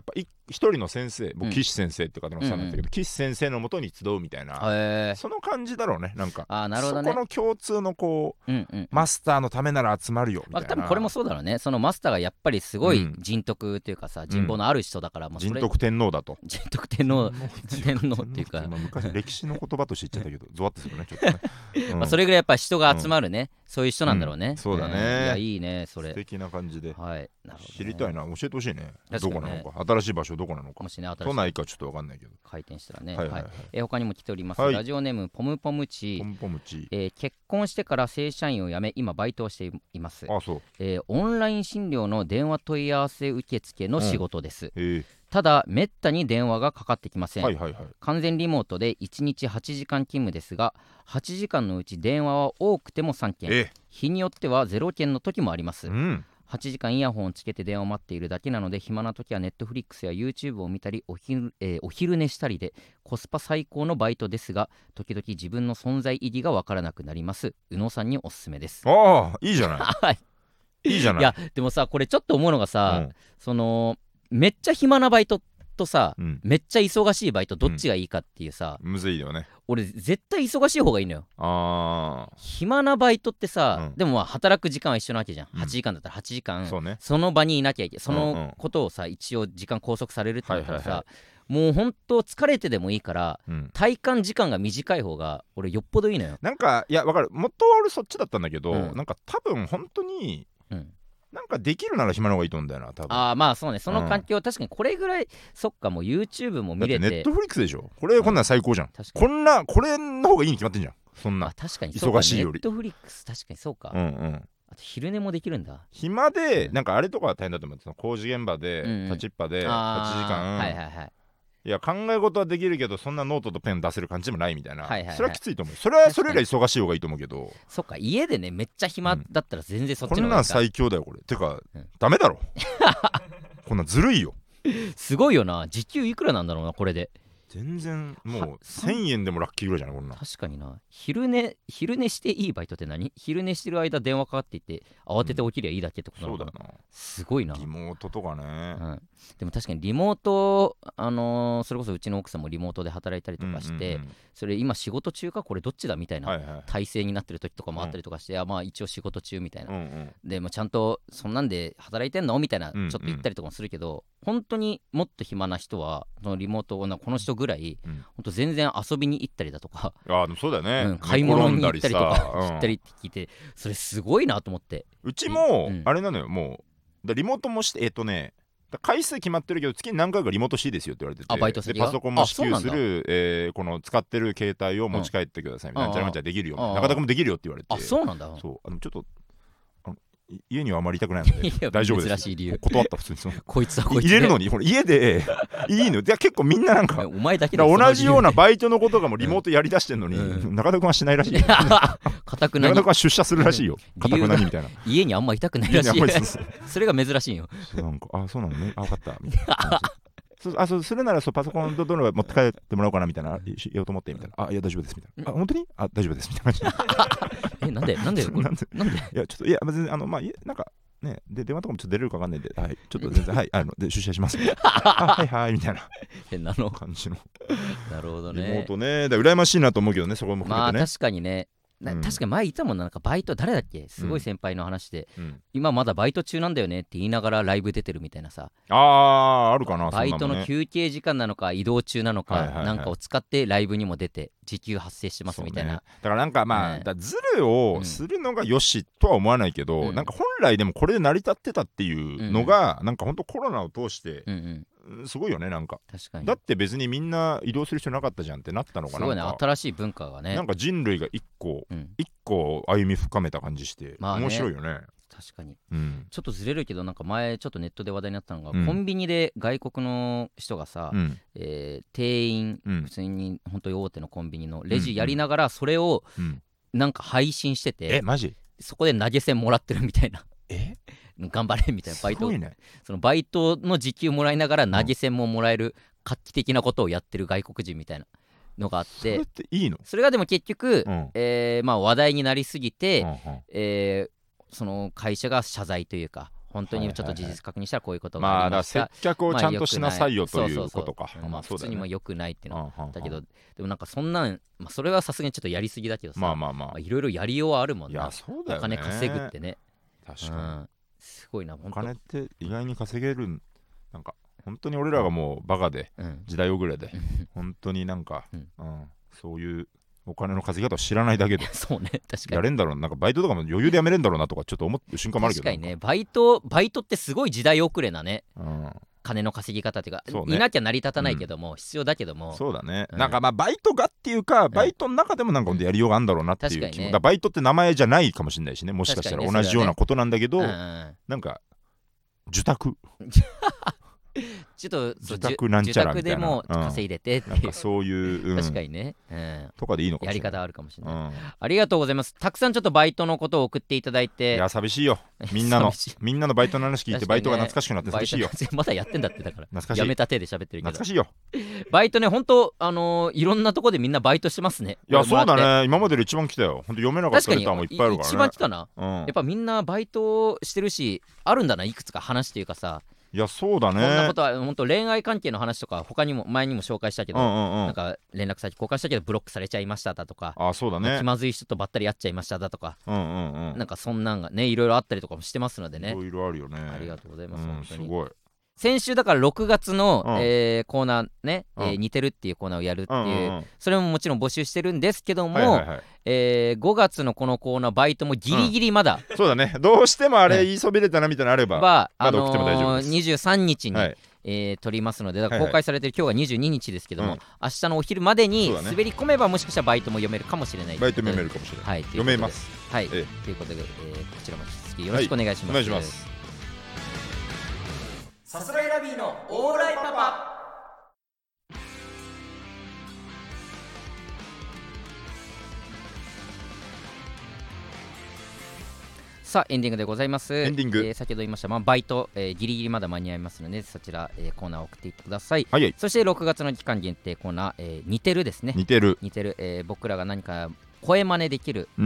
一人の先生、僕岸先生って方のさんなんだけど、うん、岸先生のもとに集うみたいな、その感じだろうね。なんかあ、なるほどね、 そこの共通のこう、うんうんうん、マスターのためなら集まるよみたいな、 まあ、多分これもそうだろうね。そのマスターがやっぱりすごい人徳というかさ、うん、人望のある人だから、まあ、 人徳天皇だと人徳天皇天皇っていうか昔歴史の言葉として言っちゃったけどゾワッとするねちょっとね、 うん、まあそれぐらいやっぱ人が集まるね、うん、そういう人なんだろうね、うん、 そうだね、 えー、いやいいねそれ、 素敵な感じで、 はい、なるほどね、 知りたいな、教えてほしいね、どこなのか、新しい場所どこなのか、 もしね、 都内かちょっと分かんないけど開店したらね、 はいはいはい、 えー、他にも来ております、 はい、 ラジオネームポムポムチー、 ポムポムチー、 えー、結婚してから正社員を辞め今バイトをしています。 あ、そう、 えー、オンライン診療の電話問い合わせ受付の仕事です、 うん、えーただめったに電話がかかってきません、 はいはいはい、 完全リモートでいちにちはちじかん勤務ですが、はちじかんのうち電話は多くてもさんけん、 え日によってはゼロけんの時もあります、 うん、 はちじかんイヤホンをつけて電話を待っているだけなので、暇な時はネットフリックスや YouTube を見たりお昼、えー、お昼寝したりでコスパ最高のバイトですが、時々自分の存在意義がわからなくなります。宇野さんにおすすめです。 ああ、いいじゃないいいじゃない。 いやでもさ、これちょっと思うのがさ、うん、そのめっちゃ暇なバイトとさ、うん、めっちゃ忙しいバイトどっちがいいかっていうさ、 うん、むずいよね。 俺絶対忙しい方がいいのよ。 あ、 暇なバイトってさ、うん、でもまあ働く時間は一緒なわけじゃん、うん、はちじかんだったらはちじかんそ,、ね、 その場にいなきゃいけない、そのことをさ一応時間拘束されるってなったらさ、はいはいはい、もうほんと疲れてでもいいから、うん、体感時間が短い方が俺よっぽどいいのよ。 なんかいやわかる、元俺そっちだったんだけど、うん、なんか多分本当に、うん、なんかできるなら暇の方がいいと思うんだよな、多分。 ああまあそうね、その環境、うん、確かにこれぐらい、そっか、もう YouTube も見れて、 ネットフリックスでしょ、これ、こんなん最高じゃん、うん、こんなこれの方がいいに決まってんじゃん、そんな確かに忙しいより。 ネットフリックス確かにそうか、 うんうん、 あと昼寝もできるんだ。 暇で、うん、なんかあれとかは大変だと思って、工事現場で、うんうん、立ちっぱではちじかん、 はいはいはい、 いや考え事はできるけどそんなノートとペン出せる感じもないみたいな、はいはいはい、それはきついと思う。それはそれらい忙しい方がいいと思うけど、 そっか、家でねめっちゃ暇だったら全然そっちの方がいいか、 こんなん最強だよこれ。てか、うん、ダメだろこんなんずるいよすごいよな。時給いくらなんだろうなこれで。 全然もうせんえんでもラッキーぐらいじゃないこんな。 確かにな。昼寝昼寝していいバイトって何？昼寝してる間電話かかっていって慌てて起きりゃいいだけってことなのかな、うん、そうだな。すごいな。 リモートとかね、うん、 でも確かにリモート、あのー、それこそうちの奥さんもリモートで働いたりとかして、うんうんうん、それ今仕事中かこれどっちだみたいな体制になってる時とかもあったりとかして、うん、あまあ一応仕事中みたいな、うんうん、でもちゃんとそんなんで働いてんのみたいなちょっと言ったりとかもするけど、うんうん、本当にもっと暇な人はそのリモートをこの人ぐらい、うん、本当全然遊びに行ったりだとか、 あでもそうだよね、 うん、買い物に行ったりとか行ったりって聞いて、それすごいなと思って。 うちもあれなのよ、もうリモートもしてえっ、ー、とね回数決まってるけど月に何回かリモートしていいですよって言われてて、 あバイト先がでパソコンも支給する、えー、この使ってる携帯を持ち帰ってくださいみたいな、うん、ちゃらまちゃらできるよ、中田君もできるよって言われて、 あそうなんだ。 そうあのちょっと家にはあまりいたくないので大丈夫です。 珍しい理由断った普通にそのこいつはこいつで入れるのにほら家でいいの。いや結構みんななんかお前だけだ同じようなバイトのことがもうリモートやりだしてんのに、うん、中田君はしないらしいよかたくなに中田君は出社するらしいよ、かたくなにみたいな。 家にあんまいたくないらしいそれが珍しいよ。 なんかあそうなのね、あ分かったみたいな感じあそうするならそうパソコンとどの持って帰ってもらおうかなみたいな言おうと思ってみたいな、あいや大丈夫ですみたいな、あ本当にあ大丈夫ですみたいな感じえなんでなんでなんでなんでいやちょっといや別にあのまあなんかねで電話とかもちょっと出れるか分かんないんで、はいちょっと全然はいあので出社しますみたいなあはいはいみたいな変なの感じのなるほどね。 リモートねだ羨ましいなと思うけどね、そこも含めてね。 まあ確かにね、うん、確かに前いたもんな、なんかバイト誰だっけすごい先輩の話で、うん、今まだバイト中なんだよねって言いながらライブ出てるみたいなさ。 あーあるかな。 バイトの休憩時間なのか移動中なのか、はいはいはい、なんかを使ってライブにも出て時給発生してますみたいな、 ね、だからなんかまあ、ね、だズルをするのがよしとは思わないけど、うん、なんか本来でもこれで成り立ってたっていうのが、うん、なんかほんとコロナを通して、うんうん、すごいよね。なんか確かにだって別にみんな移動する必要なかったじゃんってなったのかな。 すごいね、新しい文化がね。 なんか人類が一個、うん、一個歩み深めた感じして、まあね、面白いよね。 確かに、 うん、 ちょっとずれるけどなんか前ちょっとネットで話題になったのが、うん、コンビニで外国の人がさ、うんえー、店員、うん、普通に本当に大手のコンビニのレジやりながらそれをなんか配信してて、 えマジそこで投げ銭もらってるみたいな。 え頑張れみたいなバイト、 すごいね、 そのバイトの時給もらいながら投げ銭ももらえる画期的なことをやってる外国人みたいなのがあって、それっていいの？ それがでも結局、うんえーまあ、話題になりすぎて、 うんうんえー、その会社が謝罪というか本当にちょっと事実確認したらこういうことがありました、 まあ、接客をちゃんとしなさいよということか。 まあ普通にも良くないっていうのだけど、でもなんかそんなん、まあ、それはさすがにちょっとやりすぎだけどさ、 まあまあまあいろいろやりようはあるもんな。 いやそうだよね、 お金稼ぐってね。 確かに、うん、 すごいな。本当お金って意外に稼げる。なんか本当に俺らがもうバカで、うん、時代遅れで、うん、本当になんか、うんうん、そういうお金の稼ぎ方を知らないだけでそうね、確かにやれんだろう。なんかバイトとかも余裕でやめれんだろうなとかちょっと思う瞬間もあるけど、 確かにね、バイトバイトってすごい時代遅れなね、うん、金の稼ぎ方っていうか、ね、いなきゃ成り立たないけども、うん、必要だけども、 そうだね、うん、なんかまあバイトがっていうか、バイトの中でもなんかやりようがあるんだろうなっていう気も、ね、だバイトって名前じゃないかもしれないしね、もしかしたら同じようなことなんだけど、ね、うん、なんか受託ちょっと自宅なんちゃらみたいな、 自宅でも稼いでてっていう、 うん、なんかそういう、うん、 確かにね、うん、 とかでいいのかもしれない、 やり方あるかもしれない、うん、ありがとうございます。たくさんちょっとバイトのことを送っていただいて、 いや寂しいよ、みんなのみんなのバイトの話聞いてバイトが懐かしくなって寂しいよ、 ね、まだやってんだってだから懐かしい、 やめた手で喋ってるけど懐かしいよ。 バイトね、本当あのー、いろんなとこでみんなバイトしてますね。 いやそうだね、今までで一番来たよ。本当読めなかったレターもいっぱいあるからね。 一番来たな、うん、やっぱみんなバイトしてるし、あるんだな、いくつか話っていうかさ。 いやそうだね、 こんなことは本当恋愛関係の話とか他にも前にも紹介したけど、うんうんうん、なんか連絡先交換したけどブロックされちゃいましただとか、 あそうだね、 気まずい人とばったり会っちゃいましただとか、うんうんうん、なんかそんなんがねいろいろあったりとかもしてますのでね、 いろいろあるよね。 ありがとうございます、 うん、 本当にすごい。 先週だからろくがつの、 うんえーコーナーね、うんえー似てるっていうコーナーをやるっていう、うんうんうん、それももちろん募集してるんですけども、はいはいはい、えー、ごがつのこのコーナーバイトもギリギリまだ、 うん、そうだね、どうしてもあれ言いそびれたなみたいなのあれば、まあのー、まだ送っても大丈夫です。 にじゅうさんにちに、はいえー、撮りますので、だから公開されてる今日がにじゅうににちですけども、はいはい、明日のお昼までに滑り込めばもしかしたらバイトも読めるかもしれない。 バイトも読めるかもしれない、はい、読めます。 はい、ええということで、えー、こちらも引き続きよろしくお願いします。 はい、お願いします。 さすらいラビーのオーライパパ。さあエンディングでございます。 エンディング、 えー、先ほど言いました、まあ、バイト、えー、ギリギリまだ間に合いますのでそちら、えー、コーナーを送っていってください。 はいはい、 そしてろくがつの期間限定コーナー、えー、似てるですね。 似てる似てる、えー、僕らが何か声真似できる、うん、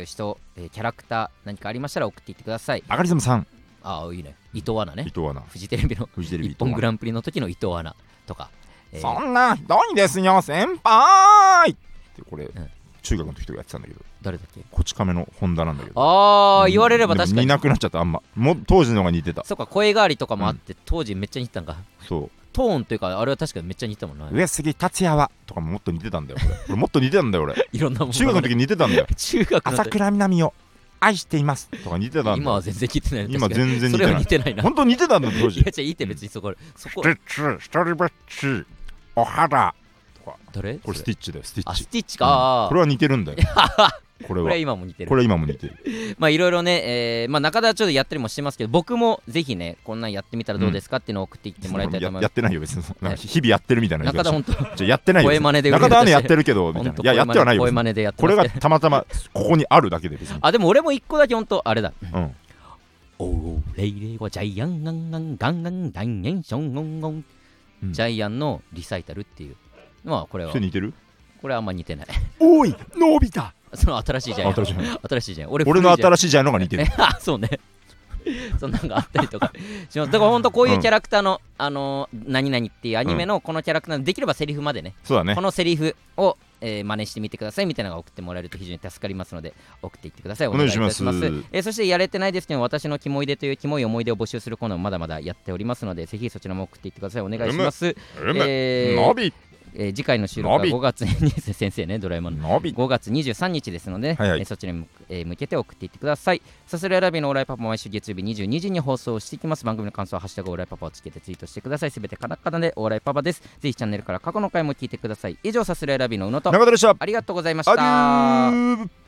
人、えー、キャラクター何かありましたら送っていってください。 あかりざまさん、 ああいいね、伊藤アナね、 伊藤アナ、 フジテレビの一本グランプリの時の伊藤アナとか、 えー、そんなひどいですよ先輩ってこれ、うん、中学の時とかやってたんだけど、 誰だっけ、 こち亀の本田なんだけど、 ああ言われれば確かに似なくなっちゃった。あんまも当時の方が似てた。 そうか、声変わりとかもあって、うん、当時めっちゃ似てたんか。 そうトーンというかあれは確かにめっちゃ似てたもんな。 上杉達也はとかももっと似てたんだよ俺俺もっと似てたんだよ俺いろんなもん中学の時似てたんだよ中学の朝倉みなみを愛していますとか似てたんだよ。 今は全然似てない。 今全然似てない。 それは似てないな。 本当似てたんだ当時。 いやじゃあいいって別にそこそこスティッチ、一人ぼっち、お肌とか。 誰？ これスティッチだよ、スティッチ。 あ、スティッチか、 うん、これは似てるんだよこれはこれは今も似てる。 これは今も似てるまあいろいろね、えー、まあ中田はちょっとやったりもしてますけど、僕もぜひねこんなんやってみたらどうですかっていうのを送っていってもらいたいと思います。 や, やってないよ別になんか日々やってるみたいな。 中田本当じゃやってないよ。 声真似で中田はねやってるけどみたいな。いややってはないよ。 声真似でやってこれがたまたまここにあるだけで別に。 あでも俺も一個だけ本当あれだ。 うん。 おおレイレイはジャイアンガンガンガンガンダンエンションゴンゴン、ジャイアンのリサイタルっていうまあこれは。 それ似てる？ これはあんま似てない。 おいのび太。 その新しいジャイアン。 新しい新しいジャイアン。 俺, 俺の新しいジャイアンの方が似てるあそうねそんなのがあったりとかします。だから本当こういうキャラクターの、うん、あの何々っていうアニメのこのキャラクターできればセリフまでね、 そうだね、 このセリフを、えー、真似してみてくださいみたいなのが送ってもらえると非常に助かりますので送っていってください。お願いいたします。お願いします。えー、そしてやれてないですけど私のキモいでというキモい思い出を募集するコーナーもまだまだやっておりますのでぜひそちらも送っていってください。お願いします。 えー、ナビえー、次回の収録はごがつに先生ねドラえもんのごがつにじゅうさんにちですので、はいはい、えー、そちらに向、えー、向けて送っていってください。さすらいラビのオーライパパも毎週月曜日にじゅうにじに放送していきます。番組の感想はハッシュタグオーライパパをつけてツイートしてください。すべてカナカナでオーライパパです。ぜひチャンネルから過去の回も聞いてください。以上さすらいラビの宇野と中田でした。 ありがとうございました。